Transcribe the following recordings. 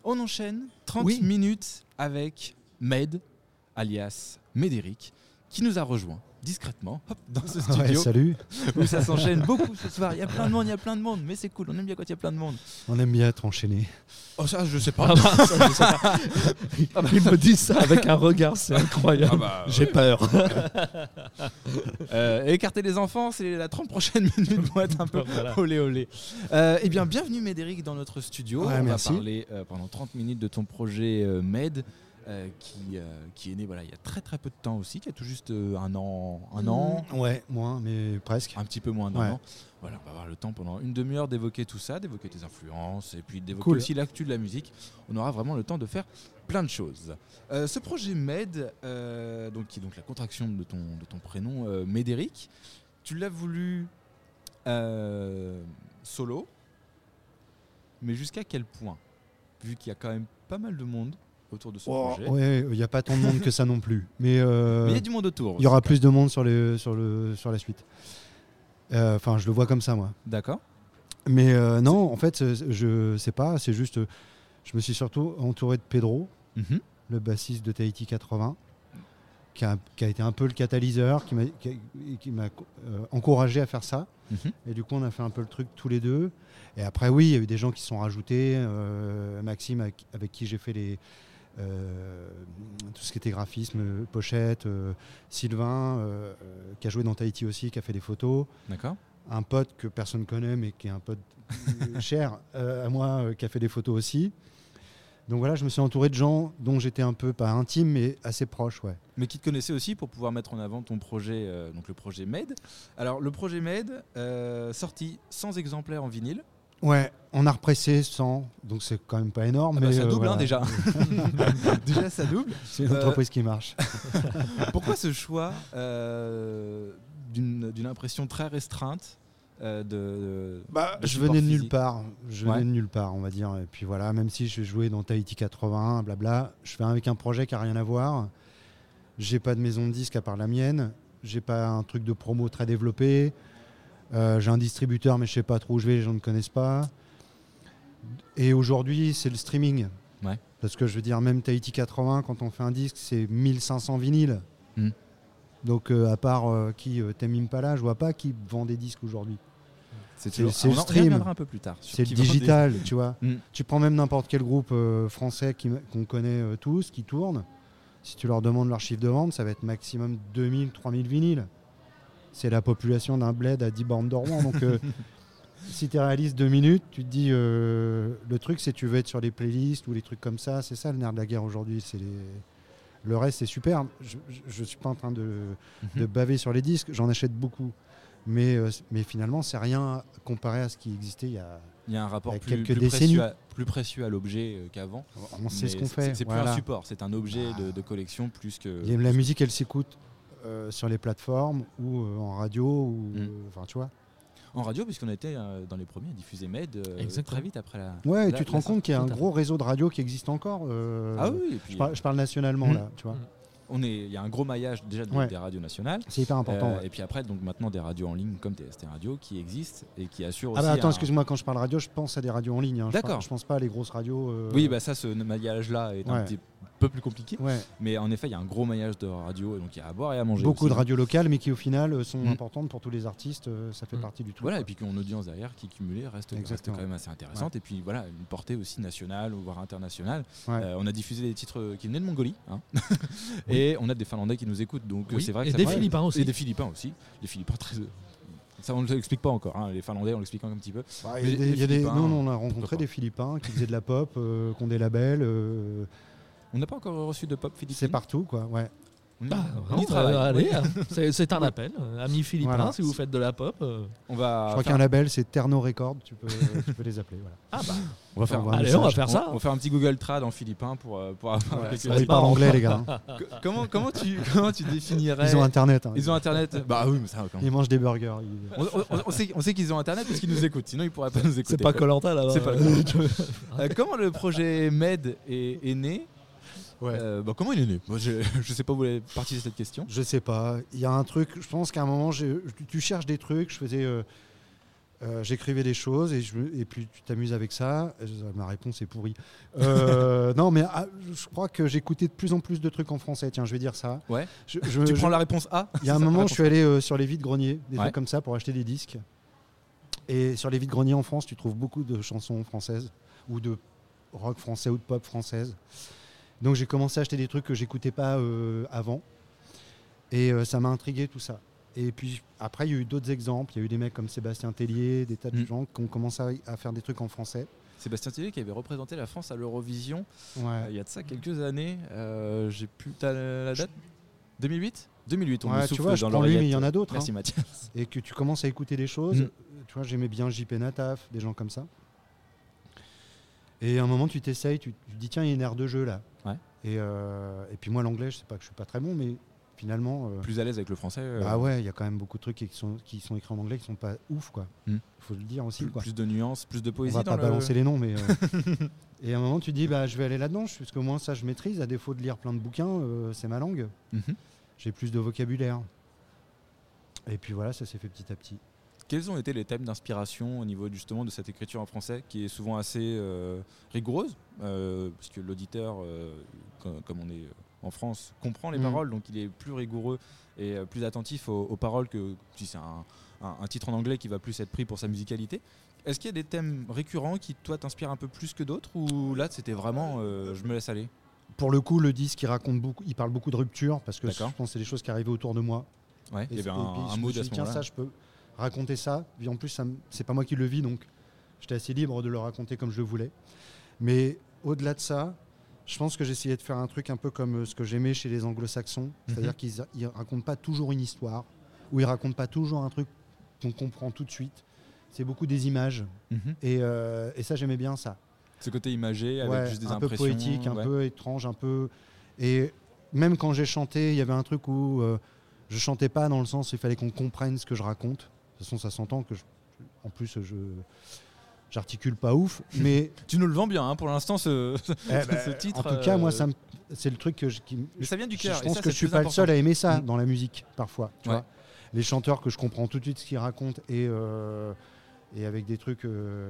On enchaîne 30 Oui. minutes avec Med, alias Médéric, qui nous a rejoint discrètement dans ce Ouais, studio salut. où ça s'enchaîne beaucoup ce soir. Il y a plein de monde, mais c'est cool. On aime bien quand il y a plein de monde. On aime bien être enchaîné. Oh, ça, je sais pas. Ah bah, ça, je sais pas. Ils me disent ça avec un regard, c'est incroyable. Ah bah, J'ai peur. Écarter les enfants, c'est la 30 prochaines minutes vont être un peu Voilà. olé olé. Eh bien, bienvenue Médéric dans notre studio. Ouais, On merci. va parler pendant 30 minutes de ton projet Med. Qui est né il y a très très peu de temps aussi, qui a tout juste un an, Ouais, moins, mais presque. un petit peu moins d'un Ouais. an. Voilà, on va avoir le temps pendant une demi-heure d'évoquer tout ça, d'évoquer tes influences et puis d'évoquer Cool. aussi l'actu de la musique. On aura vraiment le temps de faire plein de choses. Ce projet Med, qui est donc la contraction de ton prénom, Médéric, tu l'as voulu solo, mais jusqu'à quel point? Vu qu'il y a quand même pas mal de monde autour de ce projet. Ouais, il n'y a pas tant de monde que ça non plus. Mais Mais il y a du monde autour. il y aura aussi, plus de monde sur la suite. Enfin, je le vois comme ça, moi. D'accord. Mais non, en fait, je sais pas. C'est juste, je me suis surtout entouré de Pedro, Mhm. le bassiste de Tahiti 80, qui a été un peu le catalyseur, qui m'a encouragé à faire ça. Mhm. Et du coup, on a fait un peu le truc tous les deux. Et après, oui, il y a eu des gens qui se sont rajoutés. Maxime, avec qui j'ai fait tout ce qui était graphisme, pochette. Sylvain, qui a joué dans Tahiti aussi, qui a fait des photos. D'accord. Un pote que personne connaît, mais qui est un pote cher à moi, qui a fait des photos aussi. Donc voilà, je me suis entouré de gens dont j'étais un peu, pas intime, mais assez proche, ouais. Mais qui te connaissait aussi pour pouvoir mettre en avant ton projet, donc le projet Med. Alors le projet Med, sorti 100 exemplaires en vinyle. Ouais, on a repressé 100, donc c'est quand même pas énorme. Ah bah, mais ça double voilà. hein, déjà. Déjà ça double. C'est une entreprise qui marche. Pourquoi ce choix d'une impression très restreinte de Je support venais de nulle physique. part. Je venais Ouais. de nulle part, on va dire. Et puis voilà, même si je jouais dans Tahiti 80, blabla, je fais avec un projet qui n'a rien à voir. J'ai pas de maison de disques à part la mienne. J'ai pas un truc de promo très développé. J'ai un distributeur, mais je sais pas trop où je vais, les gens ne connaissent pas. Et aujourd'hui, c'est le streaming. Ouais. Parce que je veux dire, même Tahiti 80, quand on fait un disque, c'est 1500 vinyles. Mm. Donc, à part Tame Impala, je vois pas qui vend des disques aujourd'hui. C'est le on stream. reviendra un peu plus tard. sur C'est le qui vend des- digital, tu vois. Mm. Tu prends même n'importe quel groupe français qu'on connaît tous, qui tourne. Si tu leur demandes leur chiffre de vente, ça va être maximum 2000, 3000 vinyles. C'est la population d'un bled à 10 bornes de Rouen. Donc, si tu réalises 2 minutes, tu te dis le truc, c'est tu veux être sur les playlists ou les trucs comme ça. C'est ça le nerf de la guerre aujourd'hui. Le reste, c'est super. Je suis pas en train de baver sur les disques. J'en achète beaucoup. Mais finalement, c'est rien comparé à ce qui existait il y a. Il y a un rapport Il y a plus, quelques plus décennies. plus précieux à l'objet qu'avant. On sait Mais ce qu'on fait. C'est plus voilà. un support, c'est un objet de collection plus que. La musique, elle s'écoute sur les plateformes ou en radio. Enfin, tu vois. En radio, puisqu'on a été dans les premiers à diffuser Med Exactement. très vite après la. Ouais, et la- tu te la rends compte qu'il y a un tout à fait. gros réseau de radio qui existe encore. Ah oui, et puis Je parle nationalement, Mm. là, tu vois. il y a un gros maillage déjà Ouais. des radios nationales. C'est hyper important. ouais. Et puis après, donc maintenant des radios en ligne comme TST Radio qui existent et qui assurent Ah aussi. bah attends, un- excuse-moi, quand je parle radio, je pense à des radios en ligne. Hein. D'accord. Je pense pas à les grosses radios. Oui, bah ça, ce maillage-là est un Ouais. petit peu plus compliqué. Ouais. Mais en effet, il y a un gros maillage de radios, donc il y a à boire et à manger. Beaucoup aussi. de radios locales, mais qui au final sont Mm. importantes pour tous les artistes. Ça fait Mm. partie du truc. Voilà, quoi. et puis qu'en audience derrière, qui cumulée reste Exactement. quand même assez intéressante. Et puis voilà, une portée aussi nationale, voire internationale. Ouais. On a diffusé des titres qui venaient de Mongolie. Hein. Et on a des Finlandais qui nous écoutent. Donc Oui, c'est vrai que et ça des fait- Philippins aussi. Et des Philippins aussi. Les Philippins très. Ça, on ne l'explique pas encore. Hein. Les Finlandais, on l'explique un petit peu. Bah, Mais il y a les des- Philippins, nous, on a pourquoi rencontré pas. des Philippins qui faisaient de la pop, qui ont des labels. On n'a pas encore reçu de pop philippine. C'est partout, quoi. Ouais. On y, Ah, on y vraiment, travaille. allez, c'est un appel. Amis philippins, Voilà. si vous faites de la pop. On va Je crois faire- qu'un label, c'est Terno Records. Tu peux les appeler. Voilà. Ah bah, on va faire Envoie un allez, on va message. faire ça. On va faire un petit Google Trad en philippin pour avoir quelques Ils parlent marrant. anglais, les gars. hein. comment tu définirais Ils ont Internet. hein. Ils ont internet. Bah oui, mais ça quand même. Ils mangent des burgers. Ils- On sait qu'ils ont internet parce qu'ils nous écoutent, sinon ils pourraient pas nous écouter. C'est pas Koh-Lanta là-bas. C'est pas comment le projet Med est né Ouais. Comment il est né Moi, je sais pas où vous voulez partir de cette question. Je sais pas. Il y a un truc. Je pense qu'à un moment, tu cherches des trucs. Je faisais J'écrivais des choses et puis tu t'amuses avec ça. Ma réponse est pourrie. Non, mais je crois que j'écoutais de plus en plus de trucs en français. Tiens, je vais dire ça. Ouais. Tu prends la réponse A. Il y a un moment, je suis allé sur les vides-greniers, des Ouais. trucs comme ça, pour acheter des disques. Et sur les vides-greniers en France, tu trouves beaucoup de chansons françaises ou de rock français ou de pop française. Donc j'ai commencé à acheter des trucs que j'écoutais pas avant. Et ça m'a intrigué tout ça. Et puis après, il y a eu d'autres exemples. Il y a eu des mecs comme Sébastien Tellier, des tas de gens qui ont commencé à faire des trucs en français. Sébastien Tellier qui avait représenté la France à l'Eurovision Ouais. il y a de ça quelques années. J'ai plus la date. 2008 2008, on me Ouais, tu souffle vois, je dans prends lui, l'oreillette. mais il y en a d'autres. Merci hein. Mathias. Et que tu commences à écouter des choses. Tu vois, j'aimais bien JP Nataf, des gens comme ça. Et à un moment, tu t'essayes, tu te dis, tiens, il y a une aire de jeu là. Ouais. Et puis moi, l'anglais, je sais pas que je suis pas très bon, mais finalement. Plus à l'aise avec le français. Bah ouais, il y a quand même beaucoup de trucs qui sont écrits en anglais qui sont pas ouf, quoi. Faut le dire aussi, quoi. plus de nuances, plus de On poésie va dans pas le... balancer les noms, mais. Et à un moment, tu dis, bah, je vais aller là-dedans, parce qu'au moins ça, je maîtrise. À défaut de lire plein de bouquins, c'est ma langue. Mhm. J'ai plus de vocabulaire. Et puis voilà, ça s'est fait petit à petit. Quels ont été les thèmes d'inspiration au niveau justement de cette écriture en français qui est souvent assez rigoureuse parce que l'auditeur, comme on est en France, comprend les paroles, donc il est plus rigoureux et plus attentif aux paroles que si c'est un titre en anglais qui va plus être pris pour sa musicalité. Est-ce qu'il y a des thèmes récurrents qui toi t'inspirent un peu plus que d'autres ou là c'était vraiment je me laisse aller? Pour le coup, le disque, il parle beaucoup de rupture, parce que je D'accord. pense que c'est des choses qui arrivaient autour de moi. Ouais, il y avait Et puis, un je me mot suis à dit, ce tiens, moment-là. ça, je peux raconter ça. Et en plus, c'est pas moi qui le vis, donc j'étais assez libre de le raconter comme je le voulais. Mais au-delà de ça, je pense que j'essayais de faire un truc un peu comme ce que j'aimais chez les anglo-saxons. C'est-à-dire qu'ils ne racontent pas toujours une histoire, ou ils racontent pas toujours un truc qu'on comprend tout de suite. C'est beaucoup des images. Mhm. Et ça, j'aimais bien ça. Ce côté imagé avec Ouais, juste des un impressions. peu poétique, un ouais. peu étrange, un peu. Et même quand j'ai chanté, il y avait un truc où je chantais pas dans le sens où il fallait qu'on comprenne ce que je raconte. De toute façon, ça s'entend que en plus j'articule pas ouf, mais Tu nous le vends bien hein, pour l'instant ce titre. en tout cas, moi, c'est le truc Mais ça vient du cœur. Je et pense ça, que c'est je suis plus pas le seul important. à aimer ça dans la musique parfois. Tu Ouais. vois, les chanteurs que je comprends tout de suite ce qu'ils racontent et avec des trucs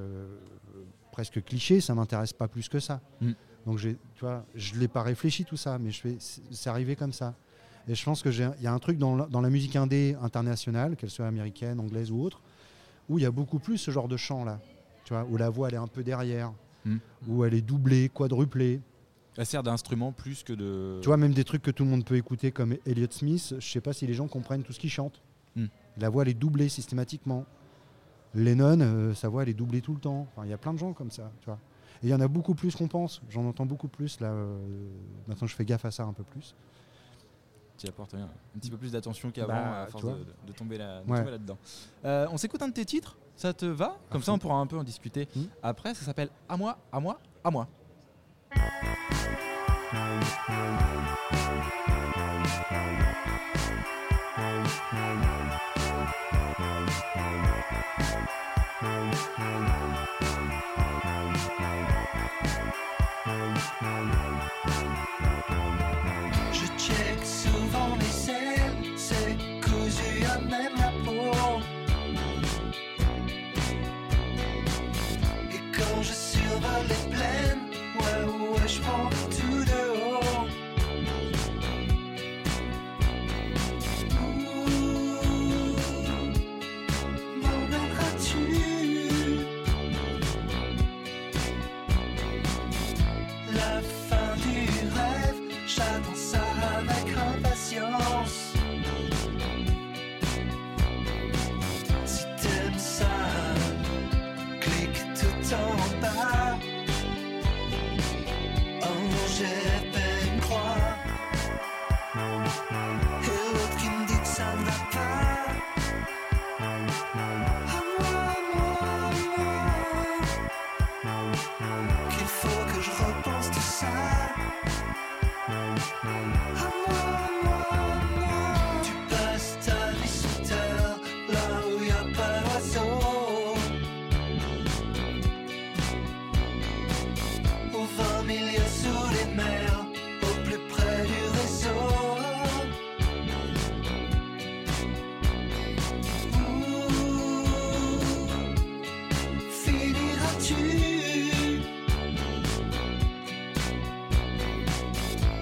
presque clichés, ça m'intéresse pas plus que ça. Donc tu vois, je l'ai pas réfléchi tout ça, mais c'est arrivé comme ça. Et je pense que il y a un truc dans la musique indé internationale, qu'elle soit américaine, anglaise ou autre, où il y a beaucoup plus ce genre de chant là. Tu vois, où la voix elle est un peu derrière, où elle est doublée, quadruplée. Elle sert d'instrument plus que de. Tu vois, même des trucs que tout le monde peut écouter comme Elliott Smith, je sais pas si les gens comprennent tout ce qu'il chante. La voix elle est doublée systématiquement. Lennon, sa voix elle est doublée tout le temps. Enfin, il y a plein de gens comme ça, tu vois. Et il y en a beaucoup plus qu'on pense. J'en entends beaucoup plus là. Maintenant, je fais gaffe à ça un peu plus. Tu apportes un petit peu plus d'attention qu'avant Bah, à force tu vois. de tomber, Ouais. tomber là-dedans. On s'écoute un de tes titres, ça te va? Comme ça on pourra un peu en discuter après. Ça s'appelle À moi, à moi, à moi. Je check souvent les ailes, c'est cousu à même la peau. Et quand je survole les plaines, ouais, je prends tout de haut. M'emmèneras-tu? La fin du rêve, j'attends ça avec impatience. Si t'aimes ça, clique tout en bas. Oh, j'ai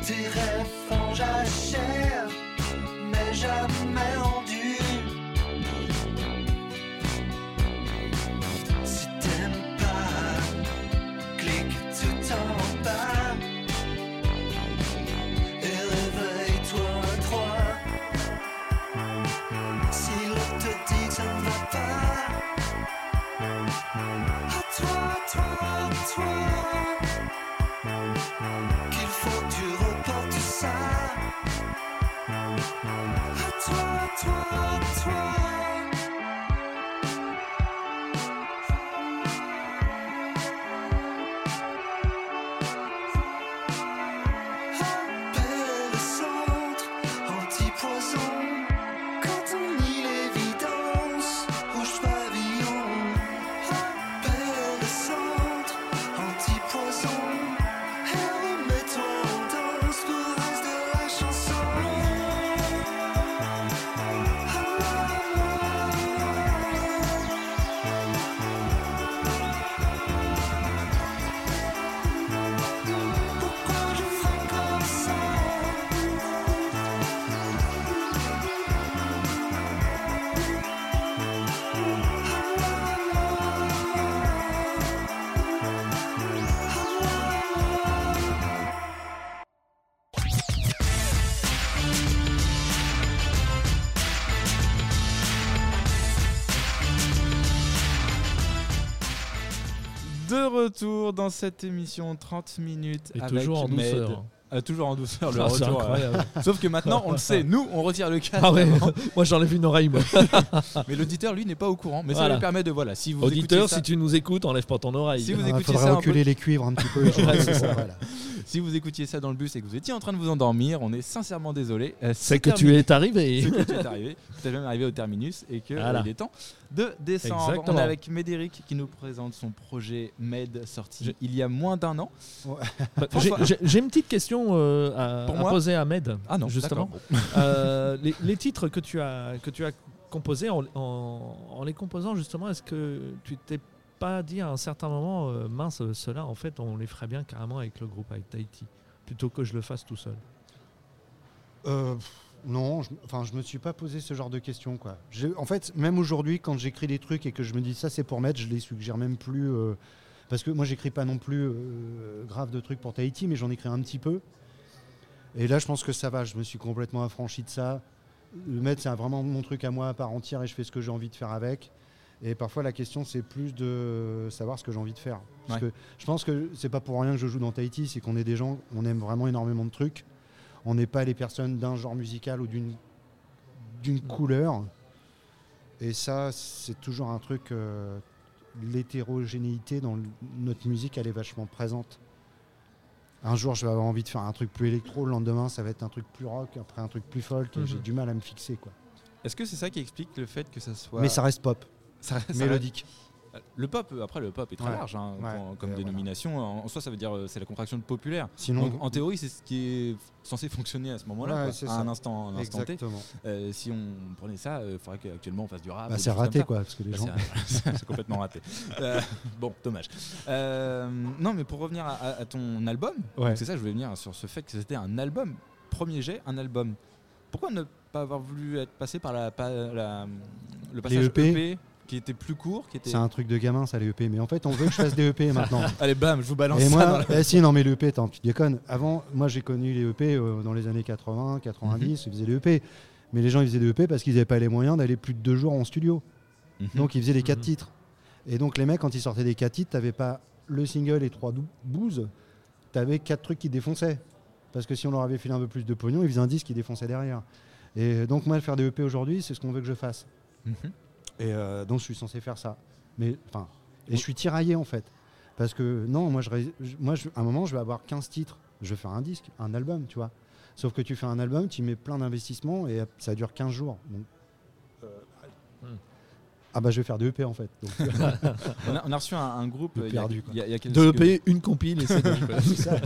tes rêves en jachère, mais jamais rendu. Si t'aimes pas, clique tout en bas et réveille-toi à 3. Si l'autre te dit que ça ne va pas, à toi, qu'il faut que tu reportes ça. À toi. Appelle le centre anti-poison. Quand on nie l'évidence, rouge pavillon. Appelle le centre anti-poison. Et remets-toi en danse pour le reste de la chanson. Pourquoi je ferais comme ça? De retour dans cette émission 30 minutes Et avec toujours en Med. douceur. Toujours en douceur, le Ah, c'est retour. incroyable. Sauf que maintenant, on le sait, nous, on retire le casque. Ah ouais, avant. moi j'enlève une oreille moi. Mais l'auditeur, lui, n'est pas au courant. Mais ça Voilà. lui permet de, voilà, si vous Auditeur, écoutez ça, si tu nous écoutes, enlève pas ton oreille. Si vous Il écoutiez faudrait ça un reculer peu- les cuivres un petit peu. Ouais, c'est ça. Voilà. si vous écoutiez ça dans le bus et que vous étiez en train de vous endormir, on est sincèrement désolé. C'est que tu es arrivé. C'est que tu es arrivé. Tu es même arrivé au terminus et que Voilà. il est temps de descendre. Exactement. On est avec Médéric qui nous présente son projet Med sorti il y a moins d'un an. Bah, j'ai une petite question à Pour moi poser à Med. Ah non, justement. d'accord. Les titres que tu as composés en les composant justement, est-ce que tu t'es pas dit à un certain moment, mince, ceux-là en fait on les ferait bien carrément avec le groupe, avec Tahiti, plutôt que je le fasse tout seul? Non, je me suis pas posé ce genre de questions, quoi. En fait, même aujourd'hui, quand j'écris des trucs et que je me dis ça c'est pour mettre, je les suggère même plus. Parce que moi, j'écris pas non plus grave de trucs pour Tahiti, mais j'en écris un petit peu. Et là, je pense que ça va. Je me suis complètement affranchi de ça. Le mettre, c'est vraiment mon truc à moi à part entière et je fais ce que j'ai envie de faire avec. Et parfois, la question, c'est plus de savoir ce que j'ai envie de faire. Parce que je pense que c'est pas pour rien que je joue dans Tahiti, c'est qu'on est des gens, on aime vraiment énormément de trucs. On n'est pas les personnes d'un genre musical ou d'une couleur. Et ça, c'est toujours un truc... l'hétérogénéité dans notre musique, elle est vachement présente. Un jour, je vais avoir envie de faire un truc plus électro, le lendemain, ça va être un truc plus rock, après un truc plus folk. Et j'ai du mal à me fixer, quoi. Est-ce que c'est ça qui explique le fait que ça soit... Mais ça reste pop, ça mélodique. Le pop, après le pop est très large hein, comme dénomination. Voilà. En soi, ça veut dire c'est la contraction de populaire. Sinon, donc, en théorie, c'est ce qui est censé fonctionner à ce moment-là, quoi, à un instant T. Si on prenait ça, il faudrait qu'actuellement on fasse du rap. C'est raté, quoi, parce que les gens. C'est complètement raté. Bon, dommage. Non, mais pour revenir à ton album, c'est ça que je voulais venir sur ce fait que c'était un album. Premier jet, un album. Pourquoi ne pas avoir voulu être passé par le passage EP qui était plus court, C'est un truc de gamin, ça, les EP. Mais en fait, on veut que je fasse des EP maintenant. Allez, bam, je vous balance et ça. Moi, si, non, mais les EP, attends, tu déconnes. Avant, moi, j'ai connu les EP dans les années 80, 90, ils faisaient des EP. Mais les gens, ils faisaient des EP parce qu'ils n'avaient pas les moyens d'aller plus de 2 jours en studio. Donc, ils faisaient des 4 titres. Et donc, les mecs, quand ils sortaient des 4 titres, t'avais pas le single et 3 bouses, t'avais 4 trucs qui défonçaient. Parce que si on leur avait filé un peu plus de pognon, ils faisaient un disque qui défonçait derrière. Et donc, moi, faire des EP aujourd'hui, c'est ce qu'on veut que je fasse. Et donc je suis censé faire ça. Mais enfin, et je suis tiraillé en fait. Parce que non, moi, à un moment, je vais avoir 15 titres. Je vais faire un disque, un album, tu vois. Sauf que tu fais un album, tu mets plein d'investissements et ça dure 15 jours. Donc, ah bah je vais faire des EP en fait. Donc, on a reçu un groupe il y a quelques... Deux EP, une compile et c'est ça.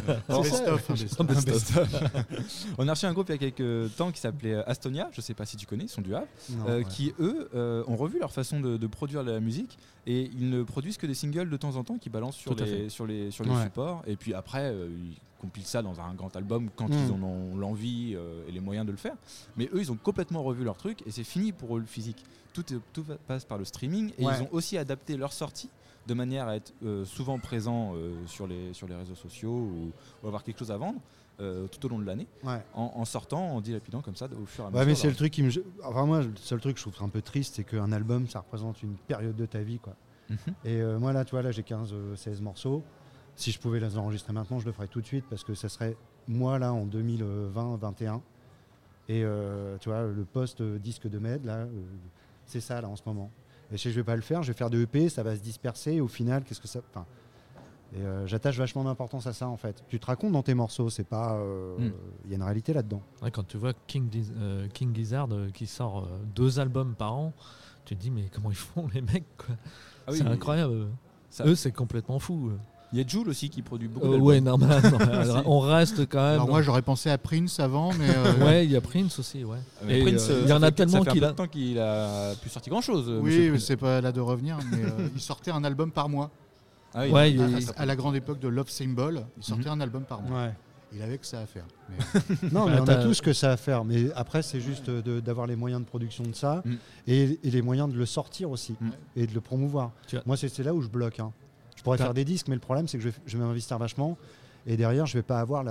On a reçu un groupe il y a quelques temps qui s'appelait Astonia, je sais pas si tu connais, ils sont du Havre, qui eux ont revu leur façon de produire la musique et ils ne produisent que des singles de temps en temps qui balancent sur les supports et puis après compilent ça dans un grand album quand Mm. ils en ont l'envie et les moyens de le faire. Mais eux, ils ont complètement revu leur truc et c'est fini pour eux le physique. Tout passe par le streaming et Ouais. ils ont aussi adapté leur sortie de manière à être souvent présents sur les réseaux sociaux ou avoir quelque chose à vendre tout au long de l'année Ouais. en sortant, en dilapidant comme ça au fur et à mesure. Ouais, mais c'est le truc qui me. Enfin, moi, le seul truc que je trouve un peu triste, c'est qu'un album, ça représente une période de ta vie, quoi. Mhm. Et moi, là, tu vois, là, j'ai 16 morceaux. Si je pouvais les enregistrer maintenant, je le ferais tout de suite parce que ça serait moi, là, en 2020-21. Et tu vois, le post-disque de Med, là, c'est ça, là, en ce moment. Et je sais que je vais pas le faire, je vais faire des EP, ça va se disperser. Et au final, qu'est-ce que ça. Enfin, et j'attache vachement d'importance à ça, en fait. Tu te racontes dans tes morceaux, c'est pas. Il y a une réalité là-dedans. Ouais, quand tu vois King Gizzard qui sort 2 albums par an, tu te dis mais comment ils font les mecs quoi. Ah oui, C'est incroyable. ça- Eux c'est complètement fou. Il y a Jul aussi qui produit beaucoup d'albums. Ouais, normal. On reste quand même. Alors moi j'aurais pensé à Prince avant, mais Ouais, il y a Prince aussi, ouais. Mais Et, Prince, il y en a tellement ça fait qu'il un a. peu de temps qu'il a plus sorti grand chose. oui, mais c'est pas là de revenir, mais il sortait un album par mois. Ah oui. Ouais, À la grande époque de Love Symbol, il sortait un album par mois. Ouais. Il avait que ça à faire. Mais, Non, mais Bah, on a t'as- tous que ça à faire. Mais après, c'est juste d'avoir les moyens de production de ça Mm. et les moyens de le sortir aussi Mm. et de le promouvoir. Tu vois. Moi, c'est là où je bloque. Hein. Je pourrais T'as- faire des disques, mais le problème, c'est que je vais m'investir vachement et derrière, je vais pas avoir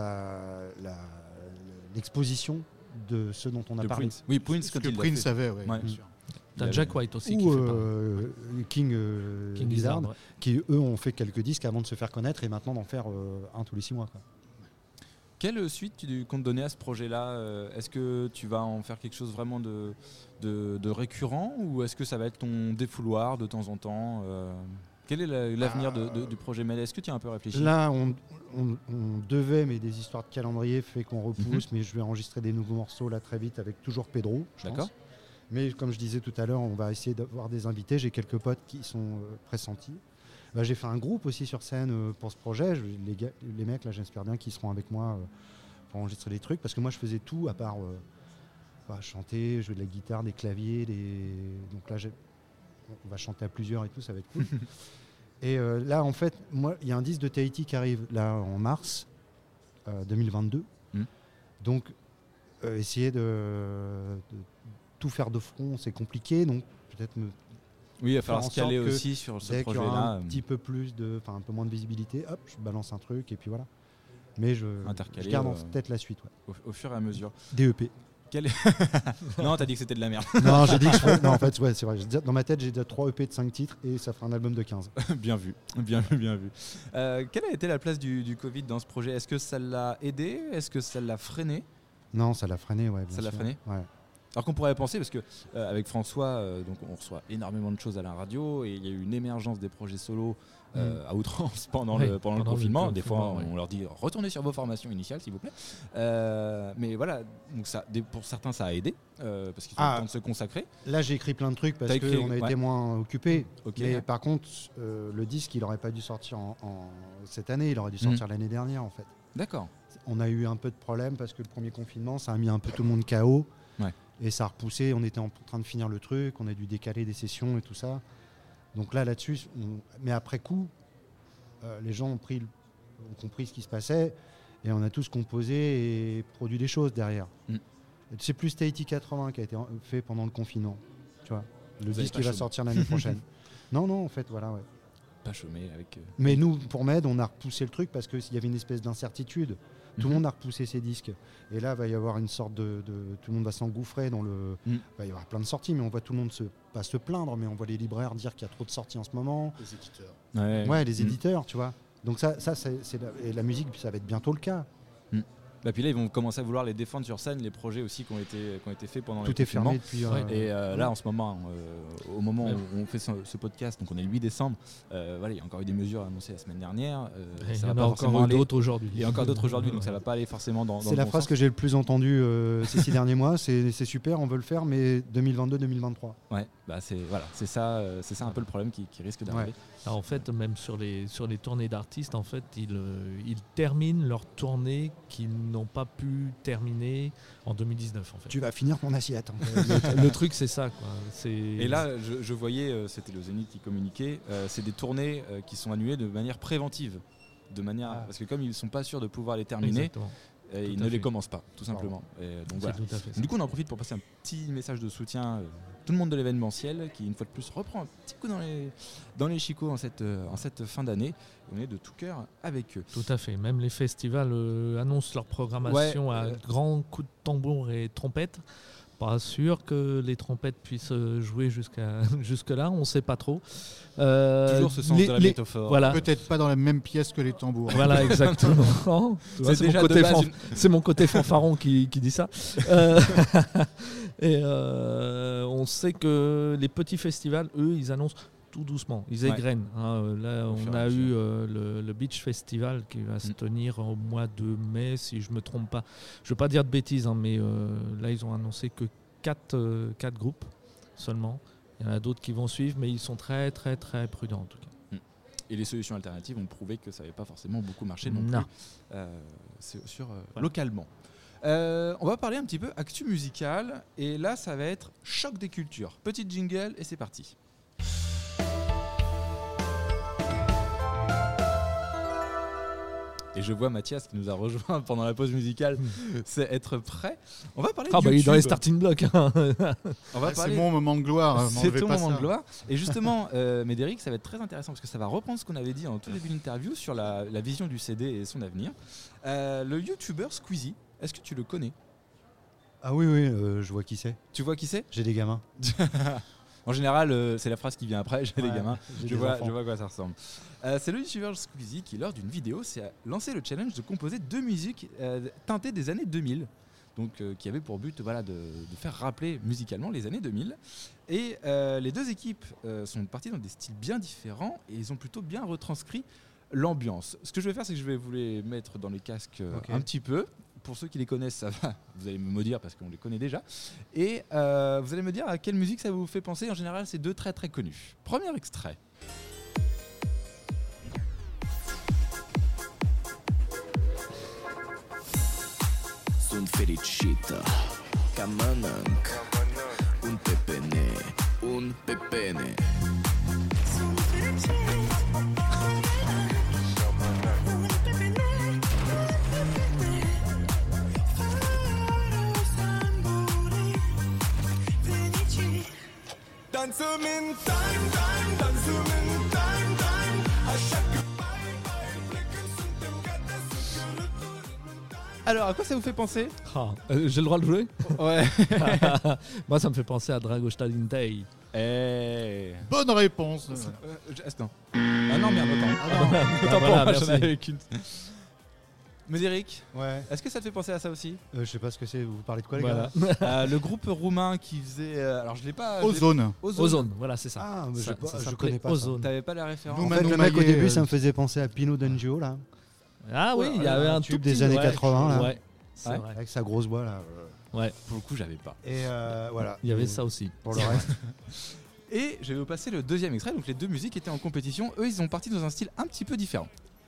l'exposition de ce dont on a De parlé. Prince. Oui, Prince ce quand que il l'a Prince fait. avait, ouais, Ouais. bien sûr. T'as Il Jack avait- White aussi qui Ou fait pareil. King King Gizzard, Gizzard, ouais. qui eux ont fait quelques disques avant de se faire connaître et maintenant d'en faire un tous les 6 mois. Quoi. Quelle suite tu comptes donner à ce projet-là Est-ce que tu vas en faire quelque chose vraiment de récurrent ou est-ce que ça va être ton défouloir de temps en temps Quel est l'avenir du projet Med? Est-ce que tu as un peu réfléchi? Là, on devait, mais des histoires de calendrier fait qu'on repousse, mais je vais enregistrer des nouveaux morceaux là très vite avec toujours Pedro, je pense. D'accord. Mais comme je disais tout à l'heure, on va essayer d'avoir des invités. J'ai quelques potes qui sont pressentis. Bah, j'ai fait un groupe aussi sur scène pour ce projet. Les mecs, là, j'espère bien qu'ils seront avec moi pour enregistrer des trucs. Parce que moi, je faisais tout à part chanter, jouer de la guitare, des claviers. Donc là, on va chanter à plusieurs et tout, ça va être cool. Et là, en fait, moi, il y a un disque de Tahiti qui arrive là en mars 2022. Mm. Donc, essayer de tout faire de front, c'est compliqué. Donc, peut-être Oui, il va falloir en se caler sorte que aussi sur ce dès qu'il y aura projet-là. un petit peu plus un peu moins de visibilité, hop, je balance un truc et puis voilà. Mais je Intercalé, garde en tête la suite. Ouais. Au fur et à mesure. DEP. Non, t'as dit que c'était de la merde. Non, j'ai dit que je ferais- Non, en fait, ouais, c'est vrai. Dans ma tête, j'ai déjà 3 EP de 5 titres et ça fera un album de 15. Bien vu, bien vu, bien vu. Quelle a été la place du Covid dans ce projet? Est-ce que ça l'a aidé? Est-ce que ça l'a freiné? Non, ça l'a freiné, ouais. bien Ça l'a sûr. freiné? Ouais. Alors qu'on pourrait penser, parce que avec François, donc on reçoit énormément de choses à la radio et il y a eu une émergence des projets solos à outrance pendant Oui, le pendant le confinement. Des fois, confinement, on oui. leur dit retournez sur vos formations initiales, s'il vous plaît. Mais voilà, donc pour certains, ça a aidé parce qu'ils ont le temps de se consacrer. Là, j'ai écrit plein de trucs parce T'as écrit, qu'on a ouais. été moins occupés. Ok. Mais par contre, le disque, il n'aurait pas dû sortir cette année, il aurait dû sortir l'année dernière, en fait. D'accord. On a eu un peu de problème parce que le premier confinement, ça a mis un peu tout le monde KO. Ouais. Et ça a repoussé, on était en train de finir le truc, on a dû décaler des sessions et tout ça. Donc là-dessus, mais après coup, les gens ont compris ce qui se passait et on a tous composé et produit des choses derrière. Mm. C'est plus Tahiti 80 qui a été fait pendant le confinement. Tu vois, le Vous avez disque pas qui va chômé. sortir l'année prochaine. Non, en fait, voilà, ouais. Pas chômé avec. Mais nous, pour Med, on a repoussé le truc parce qu'il y avait une espèce d'incertitude. Tout le monde a repoussé ses disques. Et là, il va y avoir une sorte de tout le monde va s'engouffrer dans le. Il va y avoir plein de sorties, mais on voit tout le monde pas se plaindre, mais on voit les libraires dire qu'il y a trop de sorties en ce moment. Les éditeurs. Ouais, les éditeurs, tu vois. Donc ça et la musique, ça va être bientôt le cas. Bah puis là, ils vont commencer à vouloir les défendre sur scène, les projets aussi qui ont été faits pendant le Tout est confinement. fermé depuis. Ouais. Et là, en ce moment, au moment Ouais. où on fait ce podcast, donc on est le 8 décembre, voilà, il y a encore eu des mesures annoncées la semaine dernière. Il y Ça va en pas a forcément encore aller. d'autres aujourd'hui. Il y a encore d'autres aujourd'hui, donc ça va pas aller forcément dans C'est le la bon phrase sens. que j'ai le plus entendue ces 6 derniers mois. C'est super, on veut le faire, mais 2022-2023. Ouais, bah c'est ça un peu le problème qui risque d'arriver. Ouais. Alors, en fait, même sur les tournées d'artistes, en fait, ils terminent leur tournée qu'ils n'ont pas pu terminer en 2019. En fait. Tu vas finir ton assiette. Le truc, c'est ça. Quoi. Et là, je voyais, c'était le Zénith qui communiquait, c'est des tournées qui sont annulées de manière préventive. de manière Ah. parce que comme ils sont pas sûrs de pouvoir les terminer, Exactement. ils Tout ne à les fait. commencent pas, tout simplement. Et donc C'est voilà. tout à fait ça. Du coup, on en profite pour passer un petit message de soutien tout le monde de l'événementiel qui, une fois de plus, reprend un petit coup dans les chicots en cette fin d'année. On est de tout cœur avec eux. Tout à fait. Même les festivals annoncent leur programmation Ouais, à grands coups de tambour et trompettes. Pas sûr que les trompettes puissent jouer jusque-là, on ne sait pas trop. Toujours ce sens de la métaphore. Voilà, Peut-être pas dans la même pièce que les tambours. voilà exactement. Tu vois, C'est déjà mon côté de base c'est mon côté fanfaron qui dit ça. Et on sait que les petits festivals, eux, ils annoncent tout doucement, ils Ouais. égrènent. Hein. Là, Au fur on et à a mesure. eu le Beach Festival qui va se tenir au mois de mai, si je me trompe pas. Je ne veux pas dire de bêtises, hein, mais là, ils ont annoncé que 4 groupes seulement. Il y en a d'autres qui vont suivre, mais ils sont très, très, très prudents en tout cas. Et les solutions alternatives ont prouvé que ça n'avait pas forcément beaucoup marché non, Non. plus. C'est sur Voilà. localement. On va parler un petit peu actu musicale. Et là, ça va être choc des cultures. Petite jingle et c'est parti. Et je vois Mathias qui nous a rejoint pendant la pause musicale. C'est être prêt. On va parler Ah de bah il est dans les YouTube. starting blocks. Hein. On va C'est parler. mon moment de gloire. C'est m'enlevez ton pas moment ça. de gloire. Et justement, Médéric, ça va être très intéressant parce que ça va reprendre ce qu'on avait dit en tout début de l'interview sur la vision du CD et son avenir. Le YouTuber Squeezie, est-ce que tu le connais? Ah oui, je vois qui c'est. Tu vois qui c'est? J'ai des gamins. En général, c'est la phrase qui vient après, j'ai des Ouais, gamins. j'ai Je des vois, enfants. je vois à quoi ça ressemble. C'est le YouTuber Squeezie qui, lors d'une vidéo, s'est lancé le challenge de composer 2 musiques teintées des années 2000. Donc, qui avait pour but de faire rappeler musicalement les années 2000. Et les deux équipes sont parties dans des styles bien différents et ils ont plutôt bien retranscrit l'ambiance. Ce que je vais faire, c'est que je vais vous les mettre dans les casques Ok. un petit peu. Pour ceux qui les connaissent, ça va, vous allez me maudire parce qu'on les connaît déjà. Et vous allez me dire à quelle musique ça vous fait penser. En général, c'est 2 très très connus. Premier extrait. Sunt fericită ca mănânc un pepene. Dansăm în time, dansăm în time, așa că bye, plecăm, suntem gata să călătorim. Alors, à quoi ça vous fait penser? Ah, j'ai le droit de jouer. Ouais. Moi, ça me fait penser à Dragostalin Day. Bonne réponse. Attends. Ah non, merde, attends. Bah voilà, merci. j'en avais qu'une. Médéric, Ouais. est-ce que ça te fait penser à ça aussi? Je sais pas ce que c'est. Vous parlez de quoi, les Voilà. gars? Le groupe roumain qui faisait. Alors, je l'ai pas. Ozone. Ozone, voilà, c'est ça. Ah, mais Ça- je ça connais s'appelait pas ça. Ozone. T'avais pas la référence? Nous, En fait, Manu le mec au Maillet, début, ça me faisait penser à Pino D'Angio, là, Ah oui, il y avait un tube tout des petit, années ouais. 80, là. Ouais, c'est Ouais. vrai. avec sa grosse voix, là. Ouais, Pour le coup, j'avais pas. Et voilà. il y avait ça aussi. Pour le reste. Et je vais vous passer le deuxième extrait. Donc, les deux musiques étaient en compétition. Eux, ils sont partis dans un style un petit peu différent.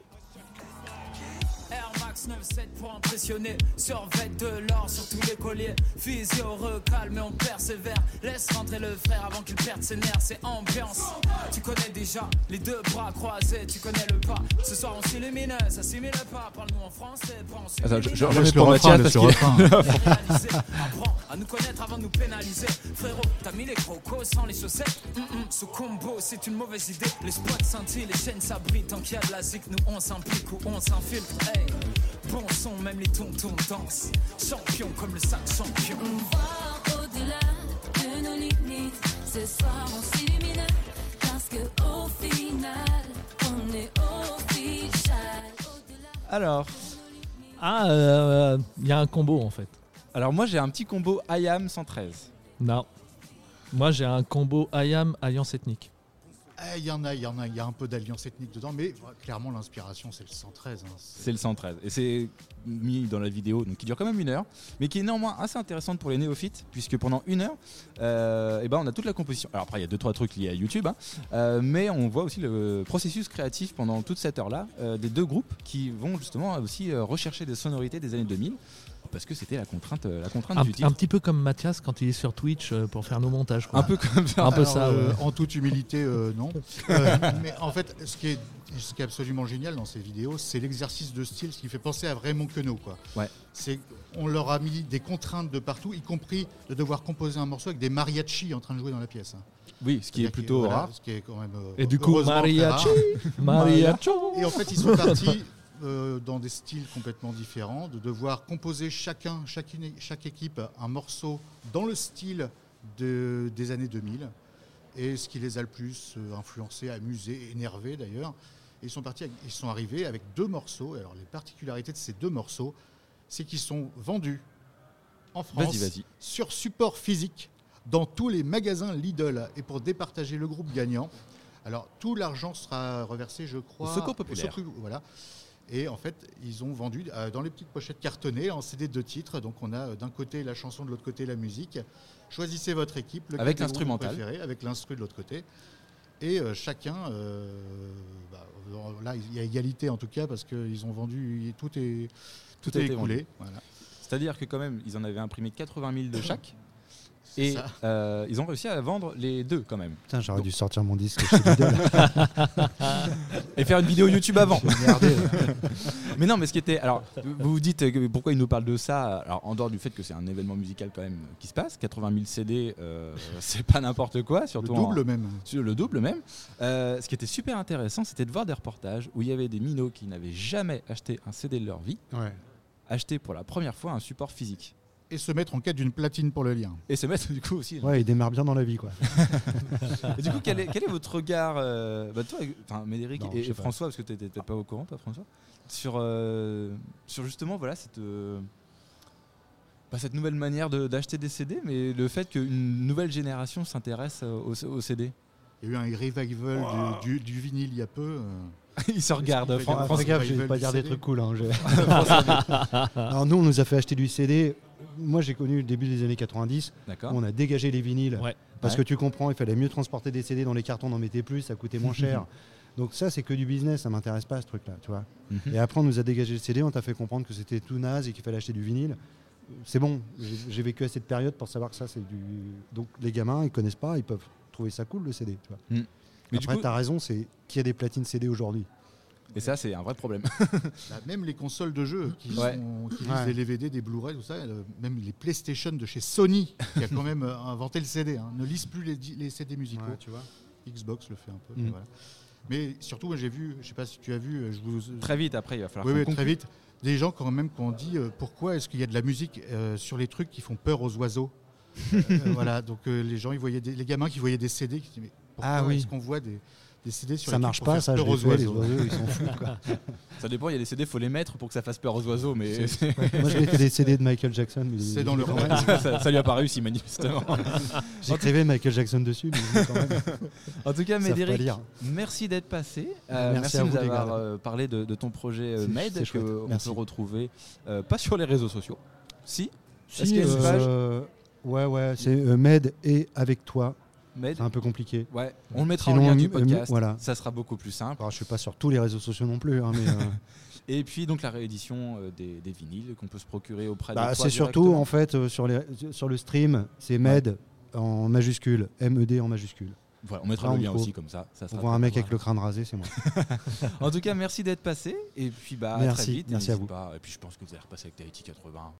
Air Max 9-7 pour impressionner. Survêt de l'or sur tous les colliers. Physio recalme mais on persévère. Laisse rentrer le frère avant qu'il perde ses nerfs. C'est ambiance. Tu connais déjà les deux bras croisés. Tu connais le pas. Ce soir on s'illumine. Ça s'imile pas. Parle-nous en français. Pas en Attends, subliminal. je Laisse remets le pour refrain, Mathias laisse parce le qu'il- refrain. Réaliser. Apprends à nous connaître avant de nous pénaliser. Frérot, t'as mis les crocos sans les chaussettes. Ce combo, c'est une mauvaise idée. Les spots scintillent, les chaînes s'abritent. Tant qu'il y a de la zik, nous on s'implique ou on s'infiltre. Hey, bon son, même les tontons dansent. Champion comme le sac champion. Voir au-delà de nos limites. Ce soir on s'illumine parce que au final on est official. Au-delà Alors, Ah, il y a un combo en fait. moi, j'ai un petit combo IAM 113. Non. Moi, j'ai un combo IAM Alliance Ethnique. Il y a un peu d'alliance ethnique dedans, mais clairement l'inspiration c'est le 113. Hein. C'est le 113. Et c'est mis dans la vidéo, donc qui dure quand même 1 heure, mais qui est néanmoins assez intéressante pour les néophytes, puisque pendant 1 heure, on a toute la composition. Alors après, il y a 2-3 trucs liés à YouTube, mais on voit aussi le processus créatif pendant toute cette heure-là des deux groupes qui vont justement aussi rechercher des sonorités des années 2000 parce que c'était la contrainte Un, du titre. un petit peu comme Mathias quand il est sur Twitch pour faire nos montages. quoi. Un peu comme ça. Un peu Alors, ça. Ouais. En toute humilité, non. Mais en fait, ce qui est absolument génial dans ces vidéos, c'est l'exercice de style, ce qui fait penser à Raymond Queneau, quoi. Ouais. On leur a mis des contraintes de partout, y compris de devoir composer un morceau avec des mariachis en train de jouer dans la pièce. Hein. Oui, ce qui est plutôt Voilà, rare. ce qui est quand même, Et du coup, heureusement très mariachi, rare. mariacho. Et en fait, ils sont partis dans des styles complètement différents, de devoir composer chaque équipe un morceau dans le style des années 2000. Et ce qui les a le plus influencés, amusés, énervés d'ailleurs. Et ils sont arrivés avec 2 morceaux. Alors les particularités de ces 2 morceaux, c'est qu'ils sont vendus en France Vas-y. sur support physique dans tous les magasins Lidl. Et pour départager le groupe gagnant, alors tout l'argent sera reversé, je crois, Au Secours Populaire. Voilà. Et en fait, ils ont vendu dans les petites pochettes cartonnées en CD 2 titres. Donc on a d'un côté la chanson, de l'autre côté la musique. Choisissez votre équipe, Avec groupe l'instrumental. préféré, avec l'instru de l'autre côté. Et chacun, là il y a égalité en tout cas parce qu'ils ont vendu, tout est a été écoulé. vendu. Voilà. C'est-à-dire que quand même, ils en avaient imprimé 80 000 de chaque. C'est Et ça. ils ont réussi à vendre les 2 quand même. Putain, j'aurais Donc- dû sortir mon disque chez Lidl. Et faire une vidéo YouTube avant. Je suis merdé, là. Mais non, mais ce qui était. Alors, vous vous dites pourquoi ils nous parlent de ça. Alors, en dehors du fait que c'est un événement musical quand même qui se passe, 80 000 CD, c'est pas n'importe quoi, Le surtout double même. sur le double même. Ce qui était super intéressant, c'était de voir des reportages où il y avait des minots qui n'avaient jamais acheté un CD de leur vie, Ouais. acheter pour la première fois un support physique. Et se mettre en quête d'une platine pour le lien. Et se mettre du coup aussi. Ouais, il démarre bien dans la vie, quoi. Et du coup, quel est votre regard, toi, enfin Médéric Non, et je sais pas. François, parce que tu n'étais peut-être pas au courant, toi, François, sur justement voilà, cette nouvelle manière d'acheter des CD, mais le fait qu'une nouvelle génération s'intéresse aux CD. Il y a eu un revival du vinyle il y a peu. Ils se regardent. Est-ce qu'il va y Fais avoir gaffe, un je vais revival pas du dire des CD? trucs cool. Hein, Alors nous, on nous a fait acheter du CD. Moi, j'ai connu le début des années 90. D'accord. On a dégagé les vinyles. Ouais. Parce Ouais. que tu comprends, il fallait mieux transporter des CD dans les cartons, n'en mettait plus, ça coûtait moins cher. Donc ça, c'est que du business, ça m'intéresse pas ce truc-là, tu vois. Mhm. Et après, on nous a dégagé le CD, on t'a fait comprendre que c'était tout naze et qu'il fallait acheter du vinyle. C'est bon, j'ai vécu à cette période pour savoir que ça, c'est du... Donc les gamins, ils connaissent pas, ils peuvent trouver ça cool, le CD, tu vois. Mais du Après, coup, t'as raison, c'est qu'il y a des platines CD aujourd'hui. et ça, c'est un vrai problème. Bah, même les consoles de jeux qui Ouais. lisent Ouais. des DVD, des Blu-ray, tout ça, même les PlayStation de chez Sony, qui a quand même inventé le CD, hein, ne lisent plus les CD musicaux. Ouais, tu vois. Xbox le fait un peu. Mm. Voilà. Mais surtout, moi, j'ai vu, je sais pas si tu as vu, Très vite après, il va falloir. Oui, qu'on oui, conclue. très vite. Des gens quand même qui ont dit pourquoi est-ce qu'il y a de la musique sur les trucs qui font peur aux oiseaux. Voilà, donc les gens, ils voyaient les gamins qui voyaient des CD, qui disaient mais pourquoi Ah oui. est-ce qu'on voit des CD sur Ça les marche trucs pour pas, faire ça, je peur l'ai aux fait, les oiseaux. oiseaux, ils s'en foutent, quoi. Ça dépend, il y a des CD, faut les mettre pour que ça fasse peur aux oiseaux, mais Moi, j'ai fait des CD de Michael Jackson. mais C'est dans le quand roman. même. ça lui a pas réussi manifestement. J'écrivais Michael Jackson dessus, mais quand même, En tout cas, ils savent pas Médéric, lire. merci d'être passé. Merci de à nous vous, les avoir gars. parlé de ton projet C'est Med, chouette, qu'on merci. peut retrouver pas sur les réseaux sociaux. Si, Si, Est-ce qu'il y a une page ouais, c'est Med et avec toi. Med. C'est un peu compliqué. Ouais, on le mettra Sinon, en lien du mieux- podcast. voilà. Ça sera beaucoup plus simple. Alors, je suis pas sur tous les réseaux sociaux non plus, hein, mais Et puis donc la réédition des vinyles qu'on peut se procurer auprès de bah, toi c'est surtout directement. en fait sur le stream, c'est Med en majuscule, MED en majuscule. Voilà, on mettra Là, le on lien trouve. aussi comme ça. Ça On sera voit un très mec bien. avec le crâne rasé, c'est moi. En tout cas, merci d'être passé. Et puis à Merci, très vite. Et merci à n'hésite vous. pas. Et puis je pense que vous allez repasser avec Tahiti 80.